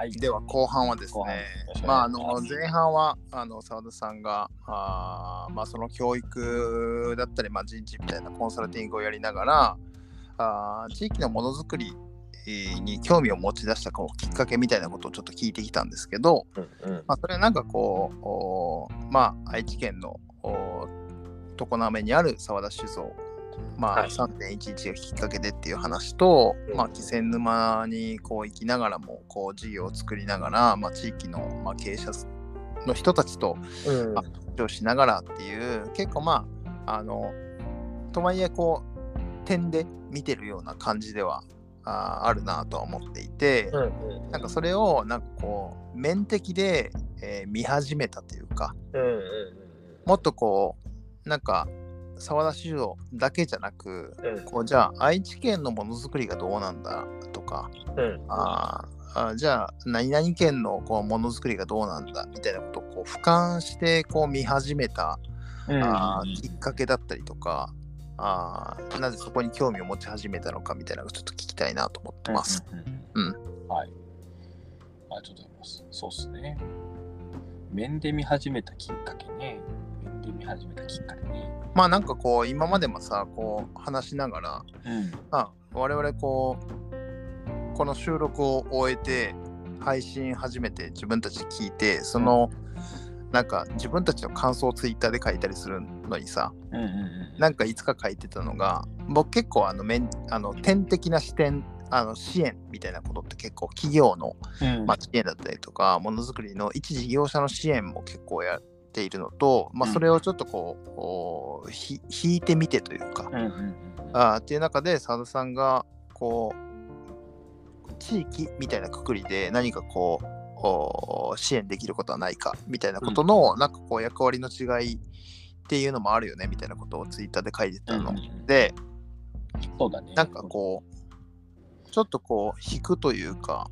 はい、 では後半はですね、前半は澤田さんがその教育だったり、人事みたいなコンサルティングをやりながら地域のものづくりに興味を持ち出したきっかけみたいなことをちょっと聞いてきたんですけど、それはなんか愛知県の常滑にある澤田酒造3.11 がきっかけでっていう話と、気仙沼に行きながらも事業を作りながら、地域の、経営者の人たちと話をしながらっていう結構とはいえ点で見てるような感じではあるなとは思っていて、なんかそれをなんか面的で、見始めたというか、もっとなんか澤田酒造だけじゃなく、じゃあ愛知県のものづくりがどうなんだとか、じゃあ何々県のものづくりがどうなんだみたいなことを俯瞰して見始めた、きっかけだったりとか、なぜそこに興味を持ち始めたのかみたいなのをちょっと聞きたいなと思ってます。 はい。ありがとうございます。そうですね。面で見始めたきっかけね。 なんか今までもさ話しながら、我々この収録を終えて配信初めて自分たちで聞いて、なんか自分たちの感想をツイッターで書いたりするのにさ、なんかいつか書いてたのが、僕結構点的な視点支援みたいなことって結構企業の、支援だったりとかものづくりの一事業者の支援も結構やっているのと、それをちょっと引いてみてというか、っていう中で澤田さんが地域みたいなくくりで何か支援できることはないかみたいなことの、なんか役割の違いっていうのもあるよねみたいなことをツイッターで書いてたので、 そうだね。 なんかちょっと引くっていうか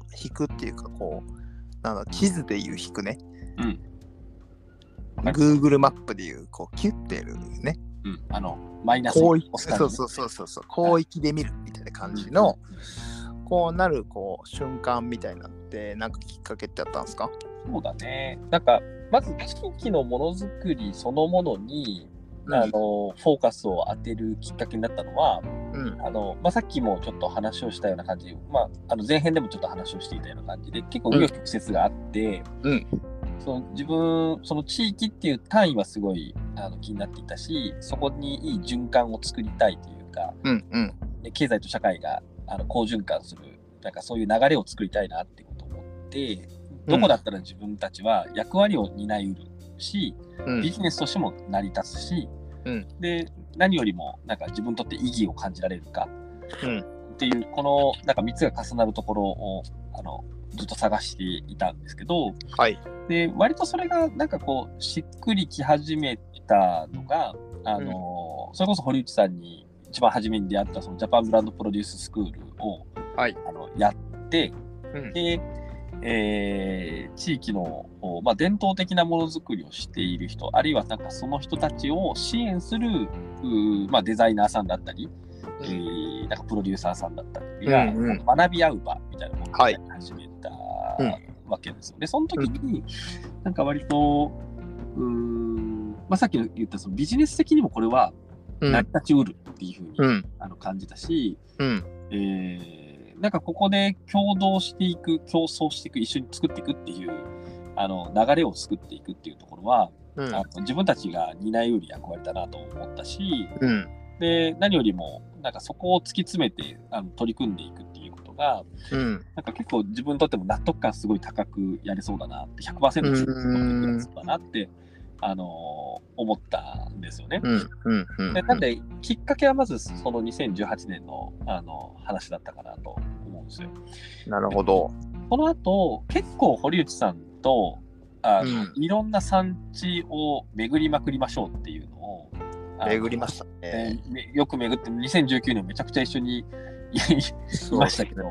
地図でいう引くね、Google マップでいうキュッてやるね、 マイナス広域、広域で見るみたいな感じの、なる瞬間みたいなってなんかきっかけってあったんですか？ そうだね。なんかまず地域のものづくりそのものに、フォーカスを当てるきっかけになったのは、さっきもちょっと話をしたような感じ、前編でもちょっと話をしていたような感じで結構紆余曲折があって、自分その地域っていう単位はすごい気になっていたし、そこにいい循環を作りたいというか、で経済と社会が好循環する、なんかそういう流れを作りたいなってことを思って、どこだったら自分たちは役割を担いうるし、ビジネスとしても成り立つし、で何よりもなんか自分にとって意義を感じられるか、っていうこのなんか3つが重なるところをずっと探していたんですけど、で割とそれがなんかしっくりき始めたのがそれこそ堀内さんに一番初めに出会ったそのジャパンブランドプロデューススクールを、やって、で、地域の、伝統的なものづくりをしている人、あるいはなんかその人たちを支援するデザイナーさんだったり、なんかプロデューサーさんだったりが、学び合う場みたいなものをやり始めたわけですよ。でその時になんか割とさっき言ったそのビジネス的にもこれは成り立ちうるっていうふうに、感じたし、なんかここで共同していく、競争していく、一緒に作っていくっていう流れを作っていくっていうところは、自分たちが担いうる役割だなと思ったし、で何よりもなんかそこを突き詰めて取り組んでいくっていうことが、なんか結構自分にとっても納得感すごい高くやれそうだなって、100% 納得やれそうだなって思ったんですよね。でなんできっかけはまずその2018年の話だったかなと思うんですよ。 なるほど。 その後結構堀内さんといろんな産地を巡りまくりましょうっていうのを巡りましたね。 よく巡って2019年めちゃくちゃ一緒にいましたけど、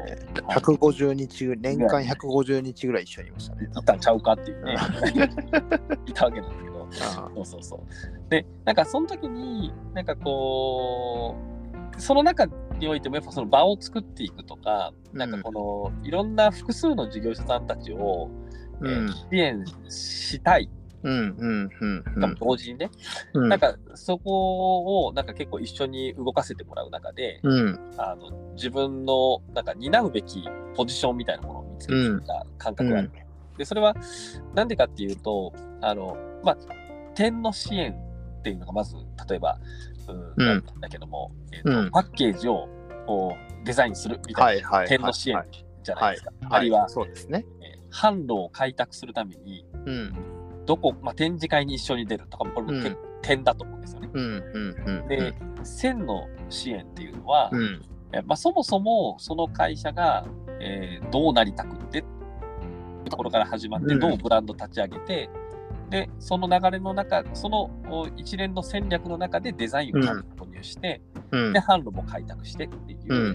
150日年間150日ぐらい一緒にいましたね。 いたんちゃうかっていうねいたわけなんですけど、でなんかその時になんかその中においてもやっぱその場を作っていくとか、なんかこのいろんな複数の事業者さんたちを、支援したい。同時にね、なんかそこをなんか結構一緒に動かせてもらう中で、自分のなんか担うべきポジションみたいなものを見つけていった感覚がある。でそれはなんでかっていうと、まあ、点の支援っていうのがまず例えば、なんだけども、パッケージをこうデザインするみたいな点の支援じゃないですか。あるいは、 そうですね、 販路を開拓するために、どこ、展示会に一緒に出るとかもこれも結構点だと思うんですよね。で、線の支援っていうのは、そもそもその会社が、どうなりたくってところから始まって、どうブランド立ち上げて、でその流れの中、その一連の戦略の中でデザインを購入して、で販路も開拓してっていう、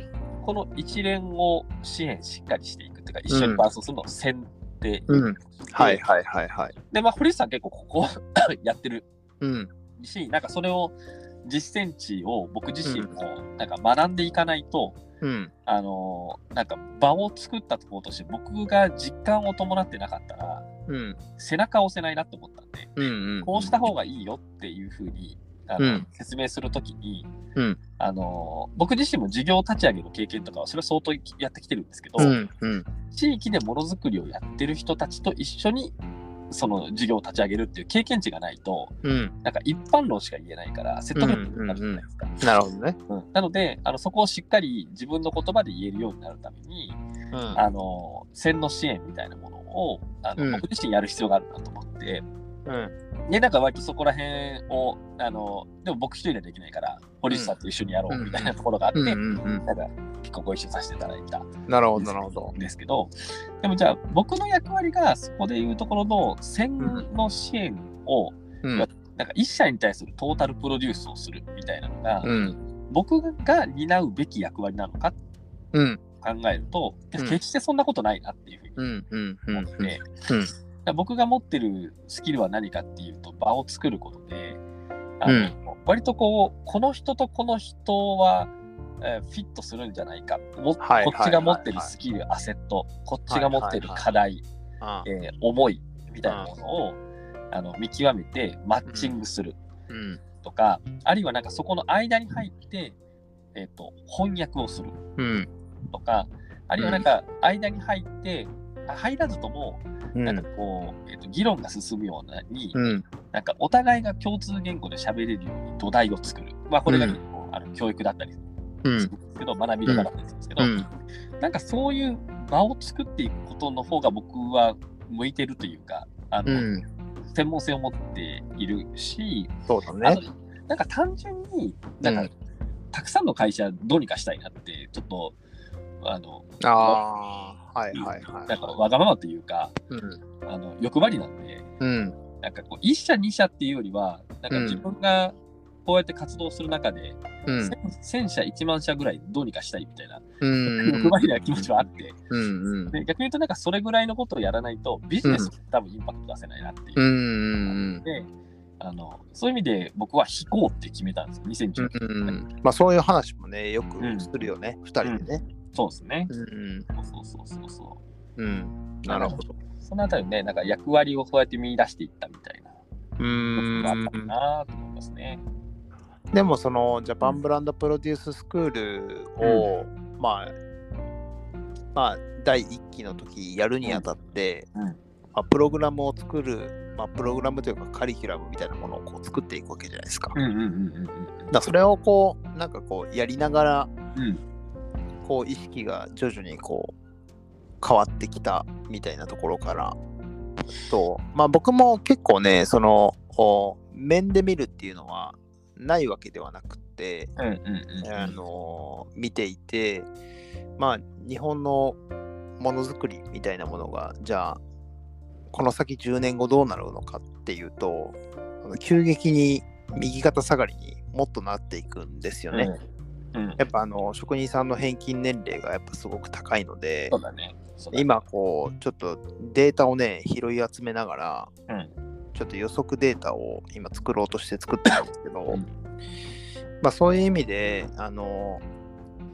この一連を支援しっかりしていくっていうか、一緒に伴走するのを線で、で堀内さん結構ここやってるし、なんかそれを実践値を僕自身もなんか学んでいかないと、なんか場を作ったところとして僕が実感を伴ってなかったら、背中を押せないなって思ったんで、こうした方がいいよっていうふうに説明するときに、僕自身も事業立ち上げの経験とかはそれは相当やってきてるんですけど、地域でものづくりをやってる人たちと一緒にその事業を立ち上げるっていう経験値がないと、なんか一般論しか言えないから説得力になるじゃないですか。 なるほどね。 なのでそこをしっかり自分の言葉で言えるようになるために、線の支援みたいなものを僕自身やる必要があるなと思って、でなんか割とそこら辺をでも僕一人ではできないから堀内さんと一緒にやろうみたいなところがあって、なんか結構ご一緒させていただいたんですけど、でもじゃあ僕の役割がそこでいうところの線の支援を、なんか一社に対するトータルプロデュースをするみたいなのが、僕が担うべき役割なのか考えると、決してそんなことないなっていうふうに思って、僕が持ってるスキルは何かっていうと、場を作ることで、割とこの人とこの人は、フィットするんじゃないか、こっちが持ってるスキル、アセット、こっちが持ってる課題、思いみたいなものを見極めてマッチングするとか、あるいはなんかそこの間に入って、翻訳をするとか、あるいはなんか間に入って入らずともなんかこう、議論が進むようなに、なんかお互いが共通言語で喋れるように土台を作る。これが結構、教育だったりするんですけど、学びだからなんですけど、なんかそういう場を作っていくことの方が僕は向いてるというか、専門性を持っているし、なんか単純になんか、たくさんの会社どうにかしたいなってちょっとなんかわがままというか、欲張りなんで、なんかこう1社2社っていうよりは、なんか自分がこうやって活動する中で、1000社1万社ぐらいどうにかしたいみたいな、欲張りな気持ちはあって、で逆に言うとなんかそれぐらいのことをやらないとビジネスに多分インパクト出せないなっていう。でそういう意味で僕は引こうって決めたんですよ、2019年。 そういう話もね、よくするよね、2人でね。 そうですね。なるほど。そのあたりね、なんか役割をそうやって見出していったみたいなことがあったかなと思いますね。 でもそのジャパンブランドプロデューススクールを、第1期の時やるにあたって、プログラムを作る、プログラムというかカリキュラムみたいなものをこう作っていくわけじゃないですか。それをこうなんかこうやりながら、こう意識が徐々にこう変わってきたみたいなところからと、僕も結構ね、その面で見るっていうのはないわけではなくて、見ていて、日本のものづくりみたいなものがじゃあこの先10年後どうなるのかっていうと、急激に右肩下がりにもっとなっていくんですよね。やっぱ職人さんの平均年齢がやっぱすごく高いので、今こうちょっとデータをね拾い集めながら、ちょっと予測データを今作ろうとして作ってるんですけど、そういう意味で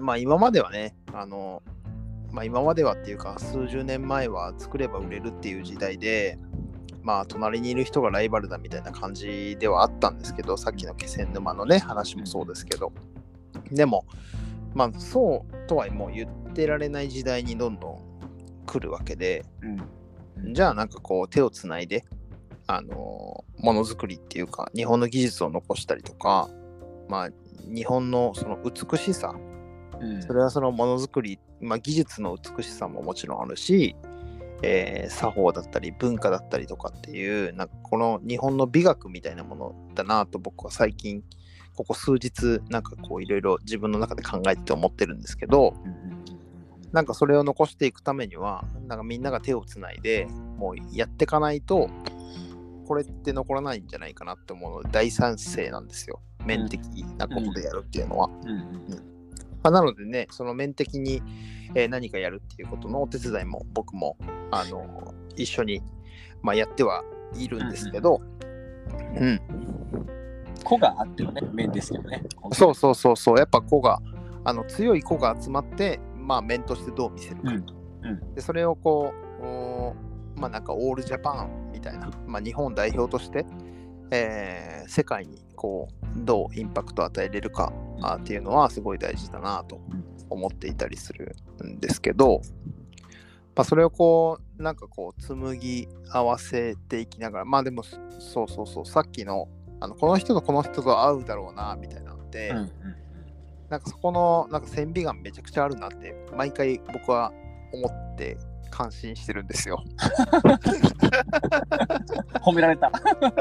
まあ今まではね、まあ今まではっていうか数十年前は作れば売れるっていう時代で、まあ隣にいる人がライバルだみたいな感じではあったんですけど、さっきの気仙沼のね話もそうですけど、でもまあそうとはもう言ってられない時代にどんどん来るわけで、じゃあなんかこう手をつないでものづくりっていうか日本の技術を残したりとか、まあ日本のその美しさ、それはそのものづくり、まあ、技術の美しさももちろんあるし、作法だったり文化だったりとかっていうなんかこの日本の美学みたいなものだなと僕は最近ここ数日なんかこういろいろ自分の中で考えてて思ってるんですけど、なんかそれを残していくためにはなんかみんなが手をつないでもうやっていかないとこれって残らないんじゃないかなって思うので大賛成なんですよ。面的なことでやるっていうのは。まあ、なのでね、その面的に、何かやるっていうことのお手伝いも僕も一緒に、まあ、やってはいるんですけど、 個があってのね、面ですけどね。 そう、やっぱ個が強い個が集まって、まあ、面としてどう見せるか、でそれをこうまあなんかオールジャパンみたいな、まあ、日本代表として、世界にこうどうインパクトを与えれるかっていうのはすごい大事だなと思っていたりするんですけど、まあ、それをこうなんかこう紡ぎ合わせていきながら、まあでもそうさっきのこの人とこの人と会うだろうなみたいなので、なんかそこのなんか線美眼めちゃくちゃあるなって毎回僕は思って感心してるんですよ。 褒められた。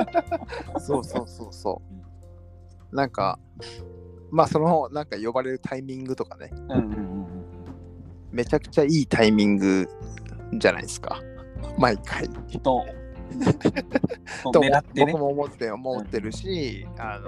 そうなんかまあそのなんか呼ばれるタイミングとかね、めちゃくちゃいいタイミングじゃないですか毎回と狙ってね、僕も思ってるし、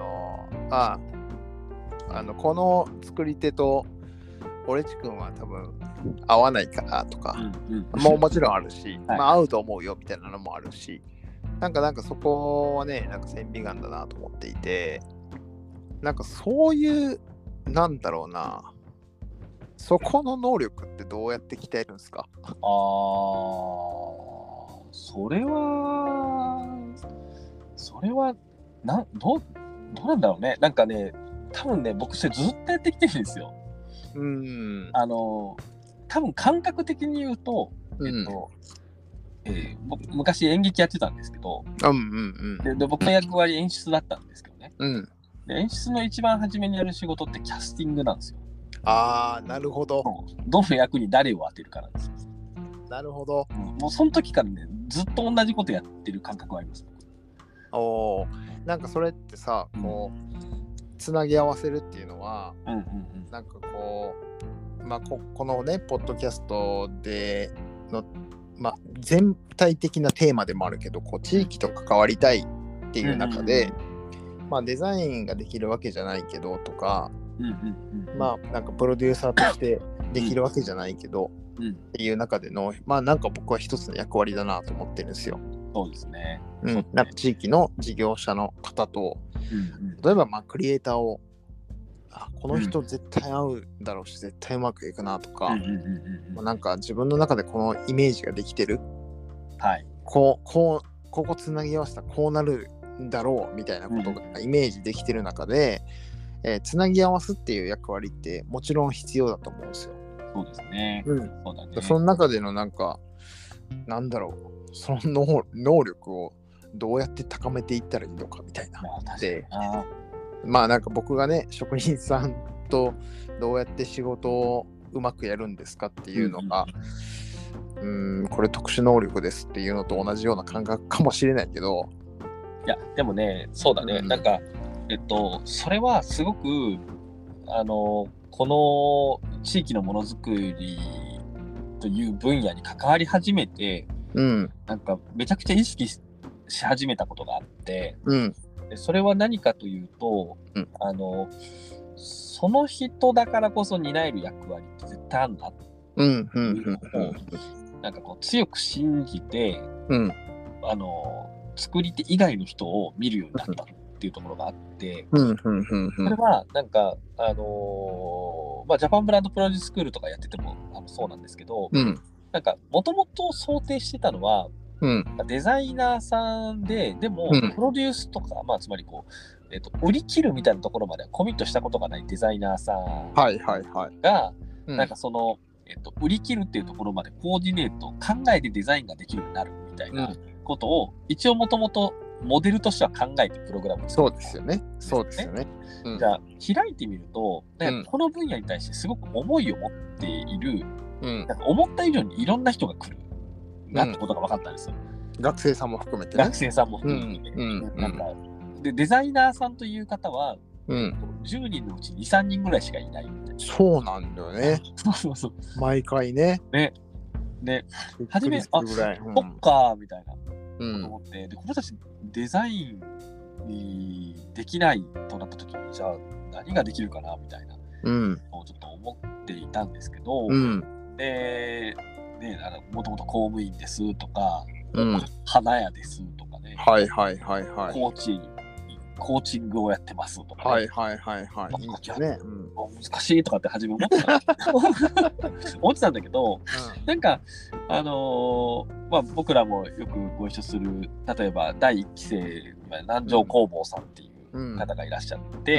この作り手とオレチ君は多分合わないかなとか、もちろんあるし、まあ合うと思うよみたいなのもあるし、なんかそこはねなんか線美眼だなと思っていて、なんかそういうなんだろうな、そこの能力ってどうやって鍛えるんですか？ それはどうなんだろうね。なんかね、多分ね、僕それずっとやってきてるんですよ。多分感覚的に言うと、僕昔演劇やってたんですけど、で僕の役割演出だったんですけどね、で演出の一番初めにやる仕事ってキャスティングなんですよ。 なるほど。 どの役に誰を当てるかなんですよ。 なるほど。 もうその時からねずっと同じことやってる感覚はあります。 なんかそれってさ、こうつなぎ合わせるっていうのは、なんかこうまあこのねポッドキャストでのまあ全体的なテーマでもあるけど、こう地域と関わりたいっていう中で、まあデザインができるわけじゃないけどとか、まあなんかプロデューサーとしてできるわけじゃないけど、っていう中でのまあなんか僕は一つの役割だなと思ってるんですよ。 そうですね。 なんか地域の事業者の方と、例えばまあクリエイターをこの人絶対合うだろうし、絶対うまくいくなとか、なんか自分の中でこのイメージができてる、ここつなぎ合わせたらこうなるんだろうみたいなことがイメージできてる中で、つなぎ合わすっていう役割ってもちろん必要だと思うんですよ。 そうですね。 そうだね。その中でのなんかなんだろう、その能力をどうやって高めていったらいいのかみたいな。で、まあなんか僕がね職人さんとどうやって仕事をうまくやるんですかっていうのが、これ特殊能力ですっていうのと同じような感覚かもしれないけど、 いやでもねそうだね、なんかそれはすごくこの地域のものづくりという分野に関わり始めて、なんかめちゃくちゃ意識し始めたことがあって、でそれは何かというと、その人だからこそ担える役割って絶対あるんだっていうのをなんかこう強く信じて、作り手以外の人を見るようになったっていうところがあって、それはなんかジャパンブランドプロデューススクールとかやっててもそうなんですけど、なんかもともと想定してたのは、デザイナーさんでもプロデュースとか、つまりこう、売り切るみたいなところまではコミットしたことがないデザイナーさんが、なんかその、売り切るっていうところまでコーディネート考えてデザインができるようになるみたいなことを、一応もともとモデルとしては考えてプログラムを作ったんですよね。そうですよね。 じゃあ開いてみると、この分野に対してすごく思いを持っている、なんか思った以上にいろんな人が来るなってことが分かったんですよ。 学生さんも含めてね。 学生さんも含めて、なんかでデザイナーさんという方は、10人のうち2、3人ぐらいしかいないみたいな。 そうなんだよね。 そう毎回ね。 で、初め、そっかみたいな思って、で、この人たちデザインにできないとなった時に、じゃあ何ができるかなみたいなのをちょっと思っていたんですけど、で、もともと公務員ですとか、花屋ですとかね、コーチングをやってますとか、難しいとかって初め思ってたんだけど、なんか僕らもよくご一緒する、例えば第1期生南條工房さんっていう方がいらっしゃって、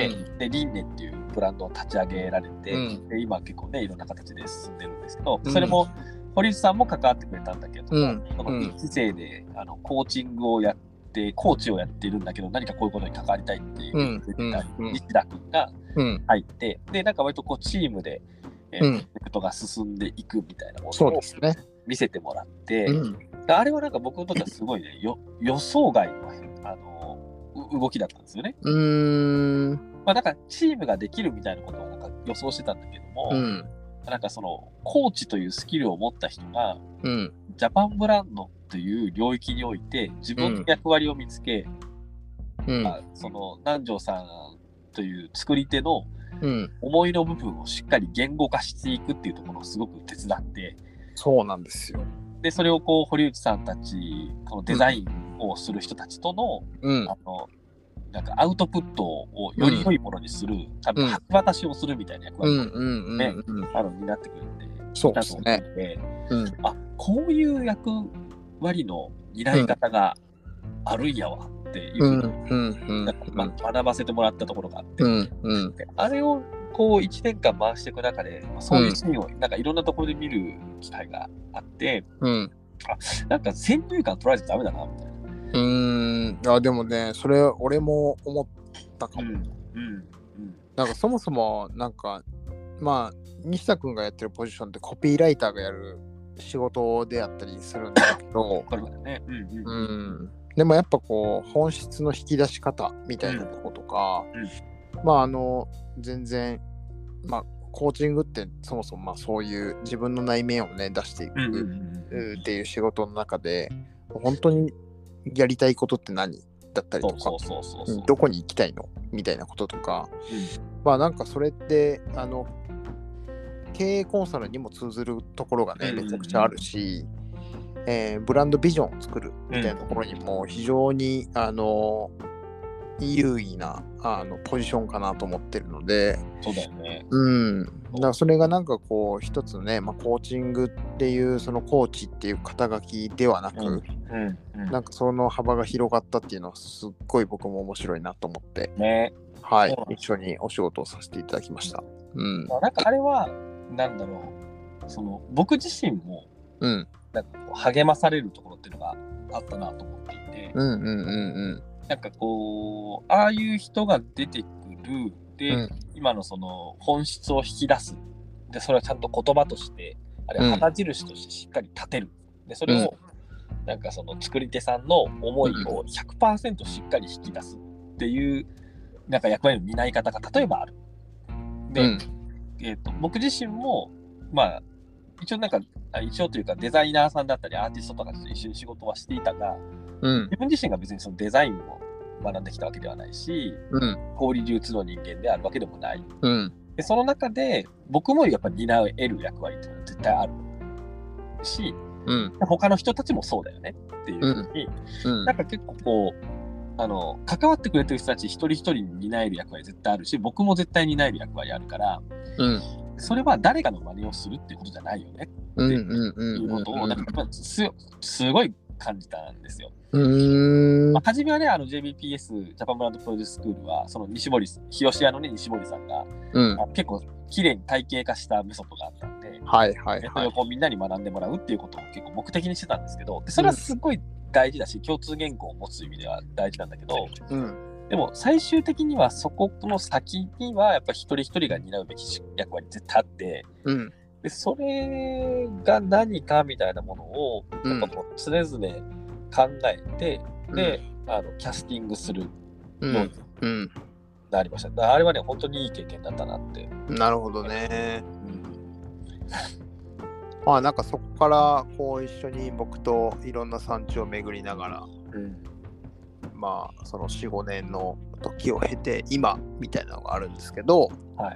でリンネっていうブランドを立ち上げられて、で今結構ねいろんな形で進んでるんですけど、それも堀内さんも関わってくれたんだけど、その1期生でコーチングをやってコーチをやっているんだけど、何かこういうことに関わりたいっていう西田君が入って、でなんか割とこうチームでプロジェクトが進んでいくみたいなものを見せてもらって、あれはなんか僕にとってはすごいね予想外の動きだったんですよね。なんかチームができるみたいなことをなんか予想してたんだけども、なんかそのコーチというスキルを持った人が、ジャパンブランドという領域において自分の役割を見つけ、その南條さんという作り手の思いの部分をしっかり言語化していくっていうところをすごく手伝って、 そうなんですよ。 でそれをこう堀内さんたち、このデザインをする人たちとの、なんかアウトプットをより良いものにする、多分橋渡しをするみたいな役割がね、になってくるんで、 そうですね。 こういう役割の担い方があるんやわっていうふうに学ばせてもらったところがあって、あれをこう1年間回していく中で、そういうシーンをなんかいろんなところで見る機会があって、なんか先入観取られちゃダメだなみたいな。 でもね、それ俺も思ったかも。なんかそもそもなんか西田君がやってるポジションってコピーライターがやる仕事であったりするんだけど、でもやっぱこう本質の引き出し方みたいなとことか、全然コーチングってそもそもそういう自分の内面をね出していくっていう仕事の中で、本当にやりたいことって何だったりとか、どこに行きたいのみたいなこととか、なんかそれって経営コンサルにも通ずるところがねめちゃくちゃあるし、ブランドビジョンを作るみたいなところにも非常に優位なポジションかなと思ってるので、 そうだよね。 だからそれがなんかこう一つね、コーチングっていうそのコーチっていう肩書きではなく、なんかその幅が広がったっていうのはすっごい僕も面白いなと思って、一緒にお仕事をさせていただきました。 なんかあれはなんだろう、その僕自身もなんかこう励まされるところっていうのがあったなと思っていて、なんかこうああいう人が出てくるで、今のその本質を引き出すで、それはちゃんと言葉としてあれ旗印としてしっかり立てるで、それをなんかその作り手さんの思いを 100% しっかり引き出すっていうなんか役割の担い方が例えばあるで、僕自身も一応というかデザイナーさんだったりアーティストとかと一緒に仕事はしていたが、自分自身が別にそのデザインを学んできたわけではないし、小売流通の人間であるわけでもない、でその中で僕もやっぱり担える役割っていうのは絶対あるし、他の人たちもそうだよねっていうふうに、なんか結構こう関わってくれてる人たち一人一人に担える役割絶対あるし、僕も絶対担える役割あるから、 それは誰かの真似をするってことじゃないよねっていうことを、なんかすごい感じたんですよ。初めはね、JBPS ジャパンブランドプロデューススクールは、その日吉屋のね、西森さんが、結構綺麗に体系化したメソッドがあったんで、それをこうみんなに学んでもらうっていうことを結構目的にしてたんですけど、でそれはすごい大事だし、共通言語を持つ意味では大事なんだけど、でも最終的にはそこの先にはやっぱ一人一人が担うべき役割絶対あって、でそれが何かみたいなものをやっぱこう常々考えて、でキャスティングするようになりました。あれはね本当にいい経験だったなって。 なるほどね。まあなんかそこからこう一緒に僕といろんな産地を巡りながら、まあその 4,5 年の時を経て今みたいなのがあるんですけど、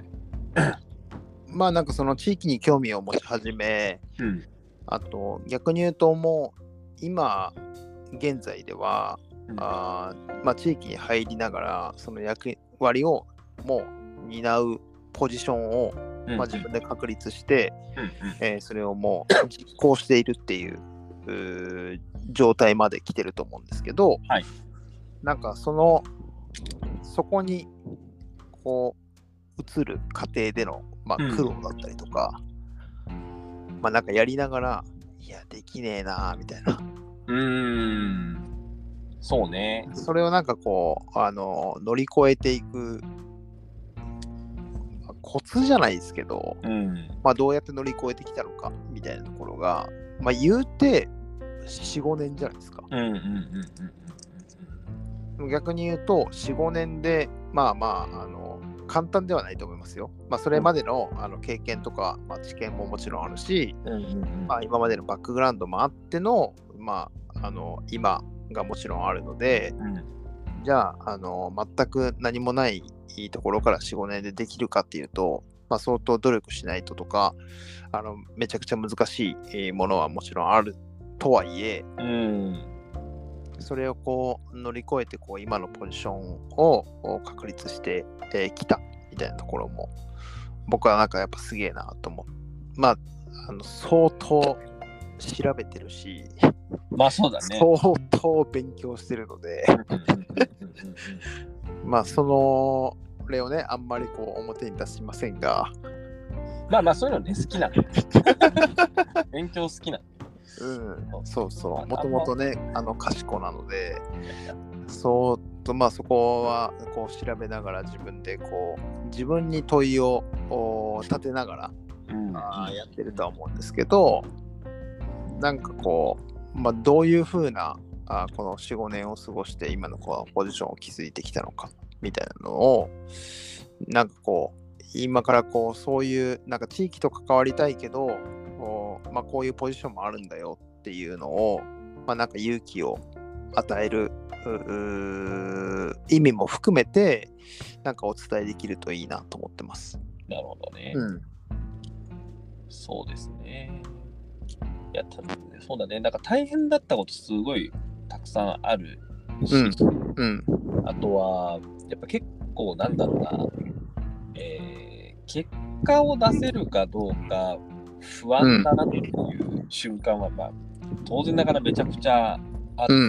まあなんかその地域に興味を持ち始め、あと逆に言うともう今現在では、まあ地域に入りながらその役割をもう担うポジションを、まあ、自分で確立して、それをもう実行しているっていう状態まで来てると思うんですけど、なんかそこにこう移る過程での、まあ、苦労だったりとか、まあなんかやりながらいやできねえなみたいな、 そうね。 それをなんかこう乗り越えていくコツじゃないですけど、まあどうやって乗り越えてきたのかみたいなところが、まあ言うて 4,5 年じゃないですか。逆に言うと 4,5 年でまあ簡単ではないと思いますよ。まあそれまでの経験とか、まあ、知見ももちろんあるし、まあ今までのバックグラウンドもあってのまあ今がもちろんあるので、じゃあ全く何もないところから 4,5 年でできるかっていうと、まあ、相当努力しないととかめちゃくちゃ難しいものはもちろんあるとはいえ、それをこう乗り越えてこう今のポジションを確立してきたみたいなところも僕はなんかやっぱすげえなと思う。まあ相当調べてるし、 まあそうだね。 相当勉強してるのでまあそれをねあんまりこう表に出しませんが、 まあそういうのね好きなの勉強好きなの。 そうそう、もともとね賢なので、まあそこはこう調べながら自分でこう自分に問いを立てながら、やってるとは思うんですけど、なんかこう、まあ、どういうふうなこの 4,5 年を過ごして今のこのポジションを築いてきたのかみたいなのをなんかこう今からこうそういうなんか地域と関わりたいけどまあ、こういうポジションもあるんだよっていうのを、まあ、なんか勇気を与える意味も含めてなんかお伝えできるといいなと思ってます。 なるほどね。そうですね。いや、多分ね、そうだね。なんか大変だったことすごいたくさんあるし、あとはやっぱ結構なんだろうな、結果を出せるかどうか不安だなっていう瞬間は、まあ、当然ながらめちゃくちゃある。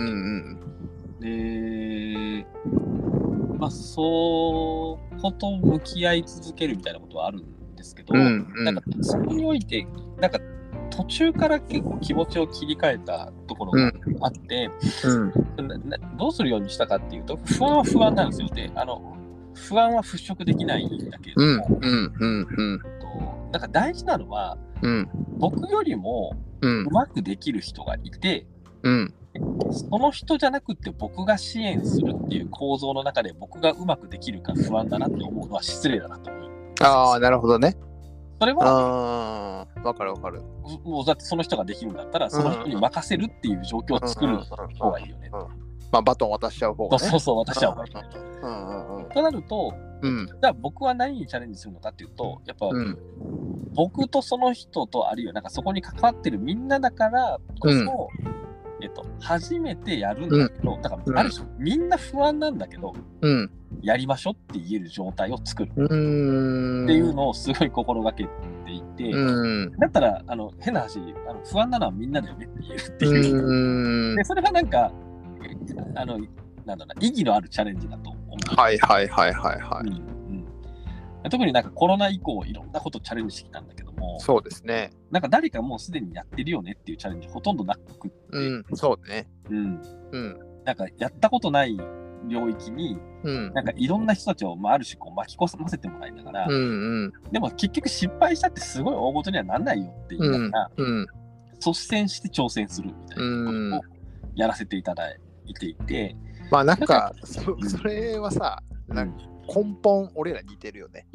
で、まあ、そうこと向き合い続けるみたいなことはあるんですけど、なんかそこにおいて、なんか途中から結構気持ちを切り替えたところがあって、どうするようにしたかっていうと、不安は不安なんですよ。で、不安は払拭できないんだけれども、なんか大事なのは、僕よりもうまくできる人がいて、その人じゃなくて僕が支援するっていう構造の中で僕がうまくできるか不安だなって思うのは失礼だなと思う。 ああ、なるほどね。 それはわかる。 もうだってその人ができるんだったらその人に任せるっていう状況を作る方がいいよね。 まあバトン渡しちゃう方がね。 そう渡しちゃう方がいい。となると、じゃあ僕は何にチャレンジするのかっていうと、やっぱ、僕とその人とあるいはなんかそこに関わってるみんなだからこそ、初めてやるんだけど、だからある種みんな不安なんだけど、 やりましょうって言える状態を作るっていうのをすごい心がけていて、だったら変な話不安なのはみんなだよねって言えるっていうでそれがなんかなんだな意義のあるチャレンジだと思う。 はいはいはいはいはい、 特になんかコロナ以降いろんなことチャレンジしてきたんだけども、 そうですね。 なんか誰かもうすでにやってるよねっていうチャレンジほとんどなくって、 そうね。 なんかやったことない領域に、なんかいろんな人たちを、ある種こう巻き込ませてもらいながら、でも結局失敗したってすごい大事にはなんないよって言いながら、率先して挑戦するみたいなことをやらせていただいていて、 まあなんかそれはさ、なんか根本俺ら似てるよね。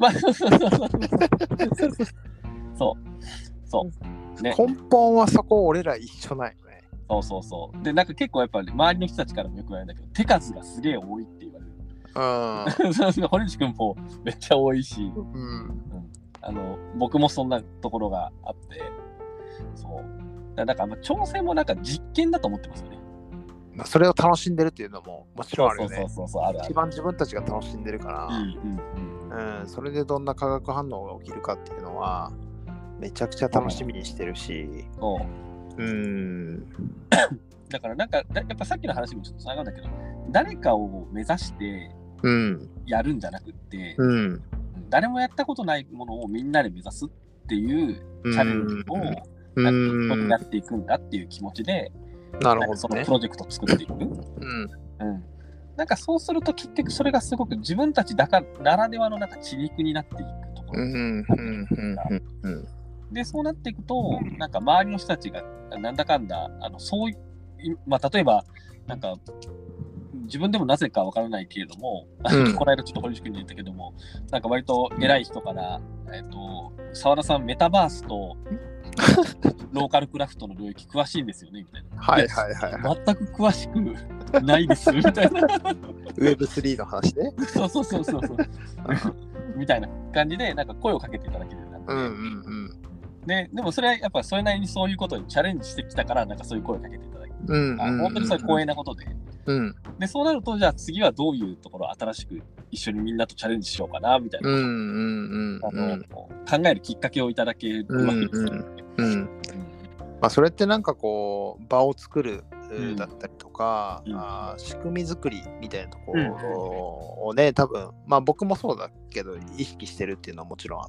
そうね、 根本はそこ俺ら一緒ないよね。 そうでなんか結構やっぱり周りの人たちからもよく言われるんだけど、手数がすげえ多いって言われる。堀内くんもめっちゃ多いし、僕もそんなところがあって、そうだから挑戦もなんか実験だと思ってますよね。 それを楽しんでるっていうのももちろんあるよね。 ある一番自分たちが楽しんでるから、それでどんな化学反応が起きるかっていうのはめちゃくちゃ楽しみにしてるし、 だからなんかやっぱさっきの話もちょっとつながるんだけど、誰かを目指してやるんじゃなくって、誰もやったことないものをみんなで目指すっていうチャレンジをなんかやっていくんだっていう気持ちで、 なるほどね、 そのプロジェクトを作っていく。なんかそうすると結局それがすごく自分たちだからならではのなんか血肉になっていくところで、そうなっていくとなんか周りの人たちがなんだかんだそういう、例えばなんか自分でもなぜかわからないけれども、この間ちょっと堀内君に言ったけども、なんか割と偉い人から澤田さんメタバースとローカルクラフトの領域詳しいんですよねみたいな。全く詳しくないですみたいな。 Web3 の話ね。 そう。みたいな感じでなんか声をかけていただけるようになって、でもそれはやっぱそれなりにそういうことにチャレンジしてきたからなんかそういう声をかけていただける。本当にそれ光栄なことで。でそうなるとじゃあ次はどういうところを新しく一緒にみんなとチャレンジしようかなみたいな考えるきっかけをいただけるわけですよね。 それってなんかこう場を作るだったりとか、仕組み作りみたいなところをね、多分僕もそうだけど意識してるっていうのはもちろんあって、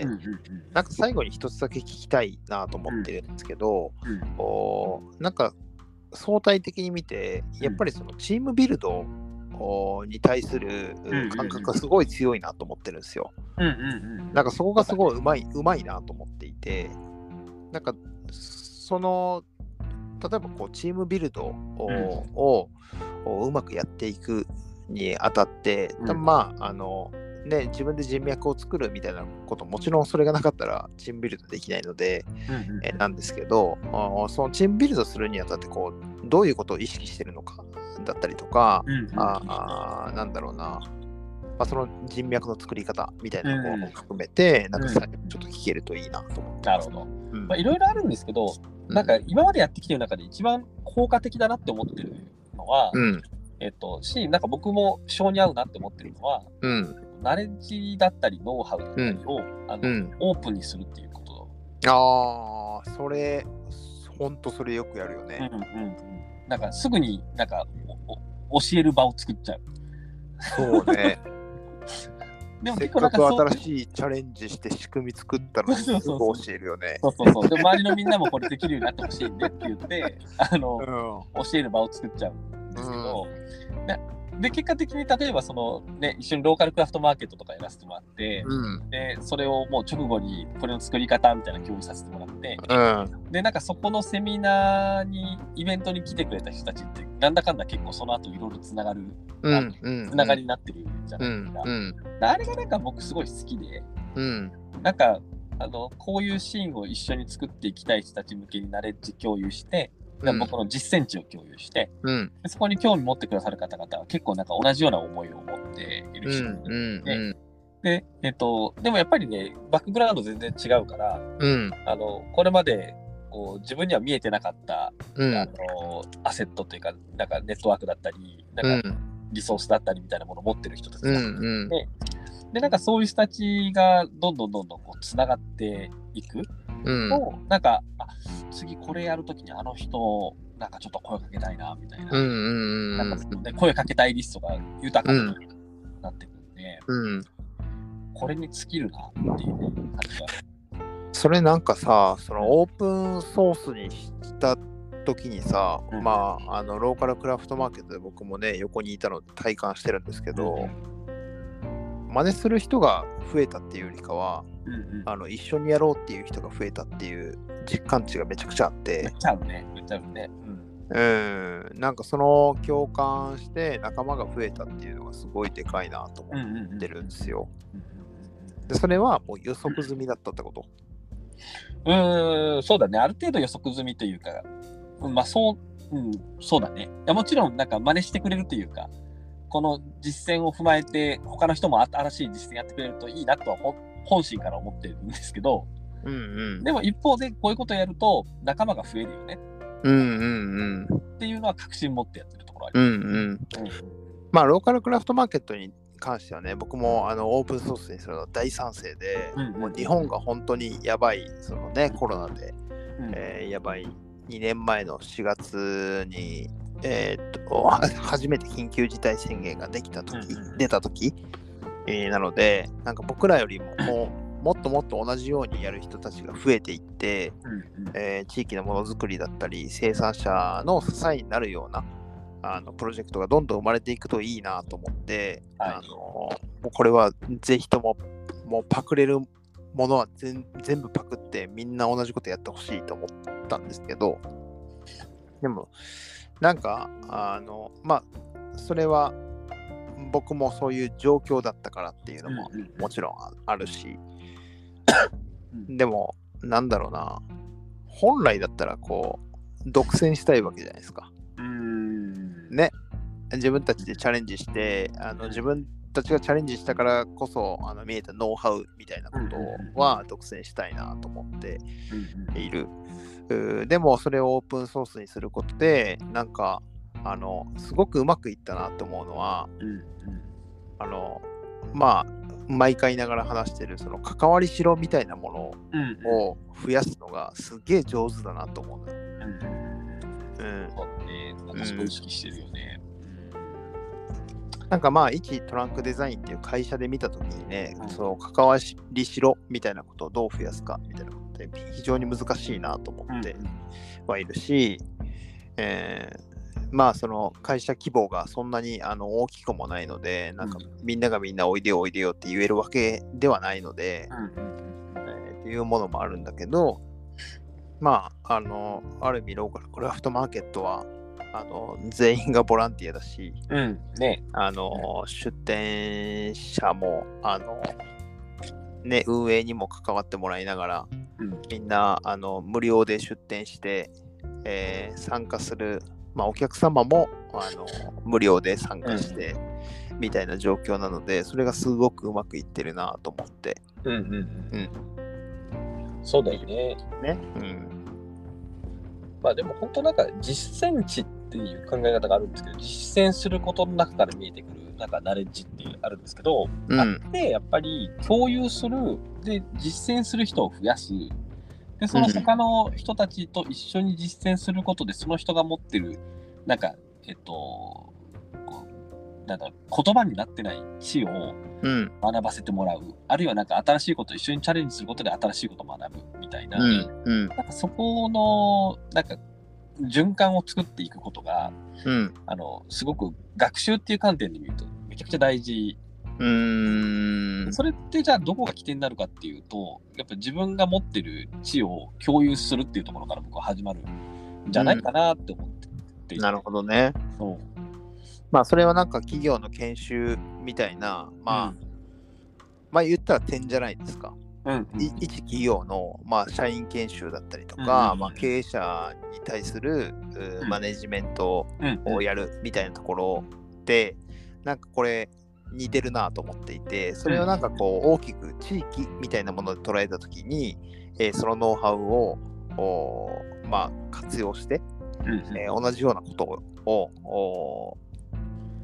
なんか最後に一つだけ聞きたいなと思ってるんですけど、なんか相対的に見てやっぱりそのチームビルドに対する感覚がすごい強いなと思ってるんですよ。なんかそこがすごいうまいなと思っていて、なんかその例えばこうチームビルドをうまくやっていくにあたって、自分で人脈を作るみたいなこともちろんそれがなかったらチームビルドできないので、なんですけど、そのチームビルドするにあたってこうどういうことを意識してるのかだったりとか、なんだろうな、その人脈の作り方みたいなのも含めて、なんか最後ちょっと聞けるといいなと思って。 なるほど。いろいろあるんですけど、なんか今までやってきてる中で一番効果的だなって思ってるのは、なんか僕も性に合うなって思ってるのは、ナレッジだったりノウハウだったりを、オープンにするっていうこと。 それほんとそれよくやるよね。 なんかすぐになんか教える場を作っちゃう。 そうね。でもせっかく新しいチャレンジして仕組み作ったのにすぐ教えるよね。 で周りのみんなもこれできるようになってほしいねって言って教える場を作っちゃうんですけど、で結果的に例えばその、一緒にローカルクラフトマーケットとかやらせてもらって、でそれをもう直後にこれの作り方みたいな共有させてもらって、でなんかそこのセミナーにイベントに来てくれた人たちってなんだかんだ結構その後いろいろつながりになってるじゃないですか。あれがなんか僕すごい好きで、なんかこういうシーンを一緒に作っていきたい人たち向けにナレッジ共有して、僕の実践値を共有して、そこに興味持ってくださる方々は結構なんか同じような思いを持っている人で、でもやっぱりねバックグラウンド全然違うから、これまでこう自分には見えてなかった、アセットというかなんかネットワークだったりなんか、 リソースだったりみたいなものを持ってる人たちがいて、でなんかそういう人たちがどんどんこうつながっていくと、なんか次これやるときにあの人なんかちょっと声かけたいなみたいな、なんかそのね、声かけたいリストが豊かになってくるんで、これに尽きるなっていう感じが。 それなんかさ、そのオープンソースにした時にさ、まあローカルクラフトマーケットで僕もね横にいたので体感してるんですけど、真似する人が増えたっていうよりかは、一緒にやろうっていう人が増えたっていう実感値がめちゃくちゃあって、 めっちゃあるね。 なんかその共感して仲間が増えたっていうのがすごいでかいなと思ってるんですよ。でそれはもう予測済みだったってこと？ そうだね。ある程度予測済みというか、まあそうだね。いやもちろんなんか真似してくれるというか、この実践を踏まえて他の人も新しい実践やってくれるといいなとは本心から思ってるんですけど、でも一方でこういうことをやると仲間が増えるよね。っていうのは確信持ってやってるところあります。 まあローカルクラフトマーケットに関してはね、僕もオープンソースにするの大賛成で、もう日本が本当にやばい、そのね、コロナで、やばい2年前の4月に、初めて緊急事態宣言が出た時、なので、なんか僕らよりももっともっと同じようにやる人たちが増えていって、地域のものづくりだったり生産者の支えになるようなプロジェクトがどんどん生まれていくといいなと思って、もうこれはぜひとももうパクれるものは全部パクってみんな同じことやってほしいと思ったんですけど、でもなんかまあそれは僕もそういう状況だったからっていうのももちろんあるし、でもなんだろうな、本来だったらこう独占したいわけじゃないですか。ね、自分たちでチャレンジして自分たちがチャレンジしたからこそ見えたノウハウみたいなことは独占したいなと思っている。でもそれをオープンソースにすることでなんかすごくうまくいったなと思うのは、まあ毎回言いながら話してるその関わりしろみたいなものを増やすのがすげえ上手だなと思うのよ。 そうね、なんかすごい意識してるよね。 なんかまあ一トランクデザインっていう会社で見たときにね、その関わりしろみたいなことをどう増やすかみたいなことで非常に難しいなと思ってはいるし、まあその会社規模がそんなに大きくもないので、なんかみんながみんなおいでよおいでよって言えるわけではないので、っていうものもあるんだけど、まあある意味ローカルクラフトマーケットは全員がボランティアだし、出店者も運営にも関わってもらいながら、みんな無料で出店して、参加する、お客様も無料で参加してみたいな状況なので、それがすごくうまくいってるなと思って。 そうだよね。まあでも本当なんか実践値っていう考え方があるんですけど、実践することの中から見えてくるなんかナレッジってあるんですけど、あってやっぱり共有する、で実践する人を増やす、でその他の人たちと一緒に実践することでその人が持ってるなんかなんだ言葉になってない知を学ばせてもらう、あるいはなんか新しいことを一緒にチャレンジすることで新しいことを学ぶみたいな、なんかそこのなんか循環を作っていくことが、すごく学習っていう観点で見るとめちゃくちゃ大事。それってじゃあどこが起点になるかっていうと、やっぱ自分が持ってる知を共有するっていうところから僕は始まるんじゃないかなって思っていて。 なるほどね。それはなんか企業の研修みたいな、言ったら点じゃないですか。一企業の、社員研修だったりとか、経営者に対するマネジメントをやるみたいなところで、なんかこれ似てるなと思っていて、それをなんかこう大きく地域みたいなもので捉えたときに、そのノウハウを活用して、同じようなことを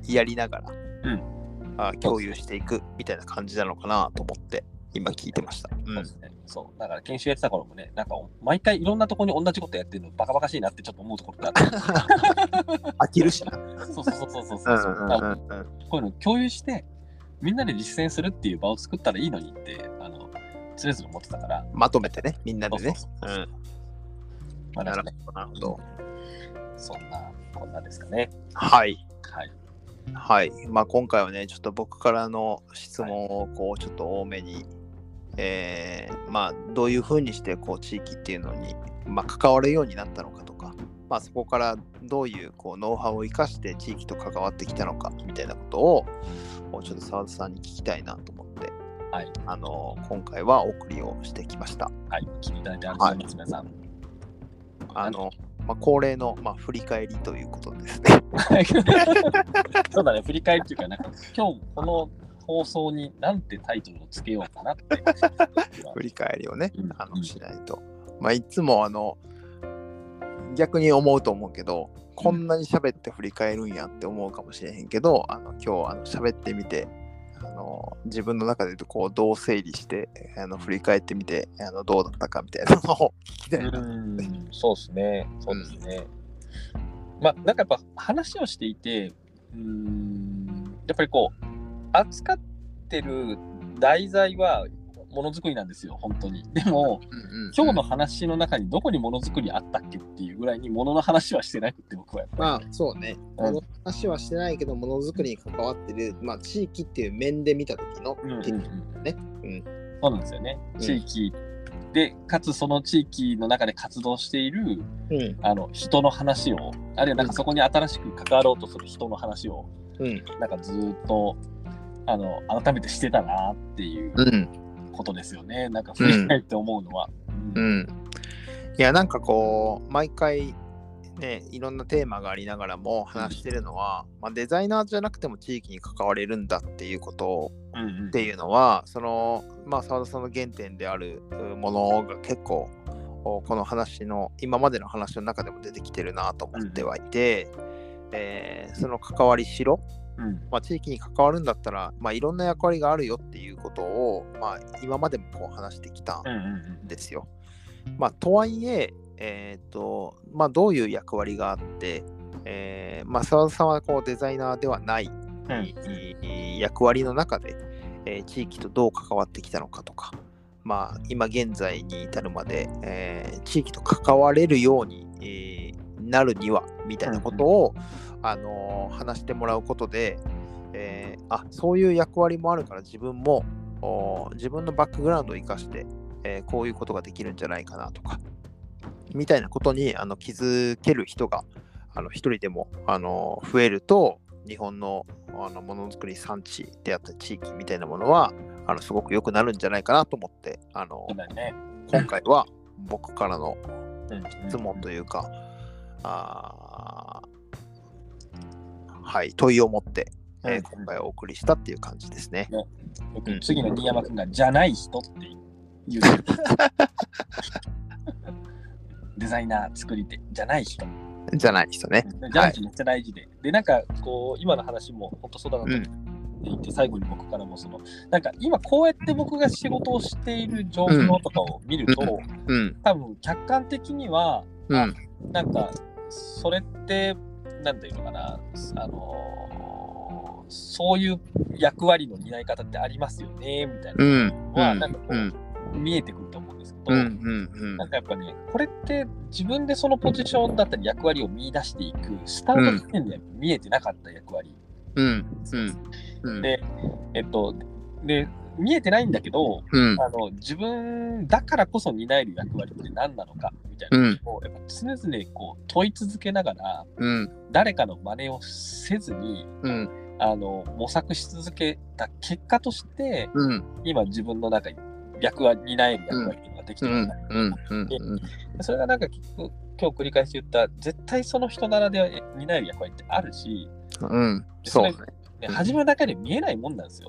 やりながら、 うん、 共有していくみたいな感じなのかなと思って今聞いてました。 そうですね。そう。だから研修やってた頃もね、なんか毎回いろんなところに同じことやってるのバカバカしいなってちょっと思うところがあって。 飽きるしな。 そう。こういうの共有して、みんなで実践するっていう場を作ったらいいのにって、常々思ってたから。 まとめてね、みんなでね。 なるほど。こんなですかね。 はい。まあ今回はね、ちょっと僕からの質問をこうちょっと多めに、まあどういうふうにしてこう地域っていうのに、まあ、関わるようになったのかとか、まあそこからどういうこうノウハウを生かして地域と関わってきたのかみたいなことをちょっと澤田さんに聞きたいなと思って、今回はお送りをしてきました。 はい、聞いていただいてありがとうございます、皆さん。 まあ、恒例の、まあ、振り返りということですね。 そうだね、振り返りっていうか、なんか今日この放送になんてタイトルをつけようかなって。 振り返りをね、しないと。まあ、いつも逆に思うと思うけど、こんなに喋って振り返るんやって思うかもしれへんけど、今日喋ってみて、自分の中でこうどう整理して振り返ってみてどうだったかみたいなのを聞きたいな。 そうですね。まあなんかやっぱ話をしていて、やっぱりこう扱ってる題材はものづくりなんですよ、本当に。でも、今日の話の中にどこにものづくりあったっけっていうぐらいにものの話はしてなくて、僕はやっぱり。 まあそうね。もの話はしてないけど、ものづくりに関わってる、まあ地域っていう面で見た時のね。 そうなんですよね。地域で、かつその地域の中で活動している、人の話を、あるいはなんかそこに新しく関わろうとする人の話を、なんかずっと改めてしてたなっていうことですよね。なんか振り返って思うのは。 いやなんかこう毎回ねいろんなテーマがありながらも話してるのは、まあ、デザイナーじゃなくても地域に関われるんだっていうことっていうのは、まあ澤田さんの原点であるものが結構この話の今までの話の中でも出てきてるなと思ってはいて、その関わりしろ、まあ、地域に関わるんだったら、まあ、いろんな役割があるよっていうことを、まあ、今までもこう話してきたんですよ。まあ、とはいえまあ、どういう役割があって、まあ、澤田さんはこうデザイナーではない、役割の中で、地域とどう関わってきたのかとか、まあ、今現在に至るまで、地域と関われるように、なるにはみたいなことを、話してもらうことで、そういう役割もあるから自分も自分のバックグラウンドを生かして、こういうことができるんじゃないかなとかみたいなことに気づける人が一人でも増えると日本のものづくり産地であった地域みたいなものはすごく良くなるんじゃないかなと思って今回は僕からの質問というか問いを持って、今回お送りしたっていう感じですね。 次の新山くんがじゃない人って言うデザイナー作り手じゃない人ね。じゃない人めっちゃ大事で。で、なんかこう今の話も本当そうだなと思っていて、最後に僕からもなんか今こうやって僕が仕事をしている状況とかを見ると、多分客観的には、なんかそれってなんていうのかな、そういう役割の担い方ってありますよねみたいなのはなんかこう見えてくると思うんですけど、なんかやっぱねこれって自分でそのポジションだったり役割を見出していくスタート時点で見えてなかった役割、で見えてないんだけど、自分だからこそ担える役割って何なのかみたいなことをやっぱ常々こう問い続けながら、誰かの真似をせずに、模索し続けた結果として、今自分の中に担える役割っていうのができてるんだでそれがなんか今日繰り返し言った絶対その人ならでは担える役割ってあるし、そうね、初めだけで見えないもんなんですよ。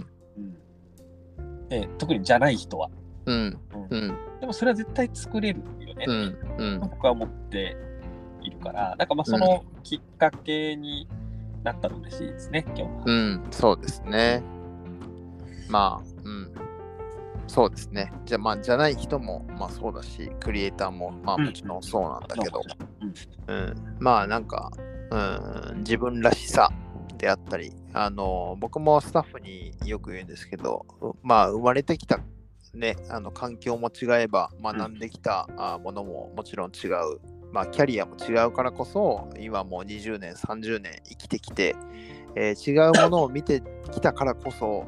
特にじゃない人は、でもそれは絶対作れるよねって僕は思っているから、なんかまあそのきっかけになったら嬉しいですね、今日は。 うん、そうですね。まあ、そうですね。じゃない人も、そうだし、クリエイターも、もちろんそうなんだけど、なんか、自分らしさであったり、僕もスタッフによく言うんですけど、生まれてきた、ね、環境も違えば、学んできたものももちろん違う。キャリアも違うからこそ、今もう20年、30年生きてきて、違うものを見てきたからこそ、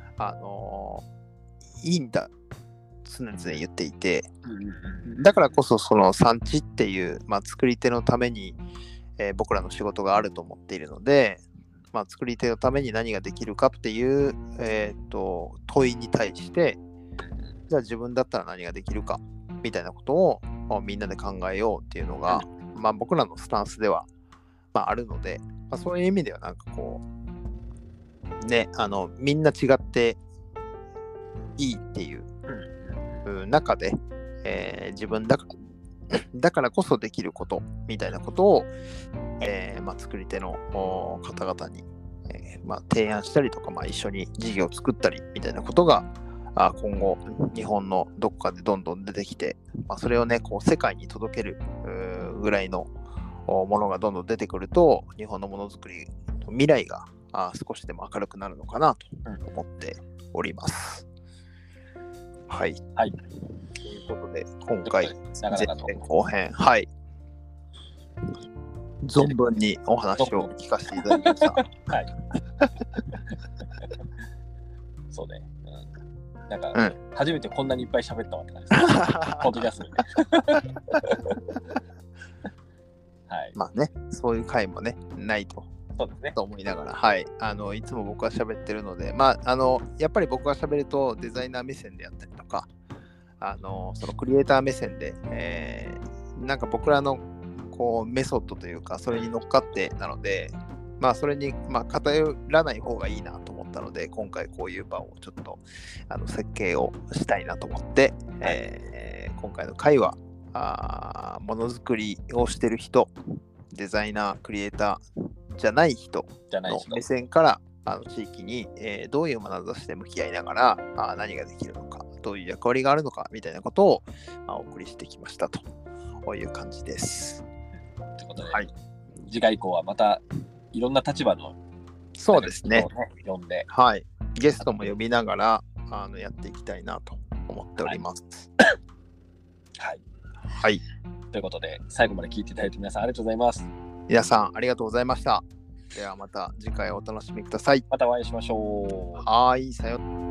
いいんだ、常々言っていて、だからこそその産地っていう、作り手のために、僕らの仕事があると思っているので、作り手のために何ができるかっていう、問いに対して、じゃあ自分だったら何ができるかみたいなことをみんなで考えようっていうのが、僕らのスタンスでは、あるので、そういう意味ではなんかこうね、みんな違っていいっていう中で、自分だからこそできることみたいなことを、作り手の方々に、提案したりとか、一緒に事業を作ったりみたいなことが今後日本のどこかでどんどん出てきて、それをねこう世界に届けるぐらいのものがどんどん出てくると、日本のものづくりの未来が少しでも明るくなるのかなと思っております。はい。 はい。 ということで今回前編後編、はい。存分にお話を聞かせていただきました。 はい。そうね。なんか、初めてこんなにいっぱい喋ったわって感じです。ポッドキャストで。はい。 ね、そういう回もね、ないと。 そうですね。 と思いながら、はい。いつも僕は喋ってるので、やっぱり僕が喋るとデザイナー目線であったりとか、そのクリエイター目線で、なんか僕らのこうメソッドというか、それに乗っかってなので、それに偏らない方がいいなと思ったので、今回こういう場をちょっと設計をしたいなと思って、今回の回はものづくりをしてる人、デザイナー、クリエイターじゃない人の目線から地域に、どういう眼差しで向き合いながら何ができるのか、どういう役割があるのかみたいなことを、お送りしてきましたという感じです。 ということで、次回以降はまたいろんな立場のそうですね、 呼んで、 はい、ゲストも呼びながらやっていきたいなと思っております。 はい。 はい。 ということで、最後まで聞いていただいて皆さんありがとうございます。 皆さんありがとうございました。ではまた次回お楽しみください。 またお会いしましょう。 はい、さようなら。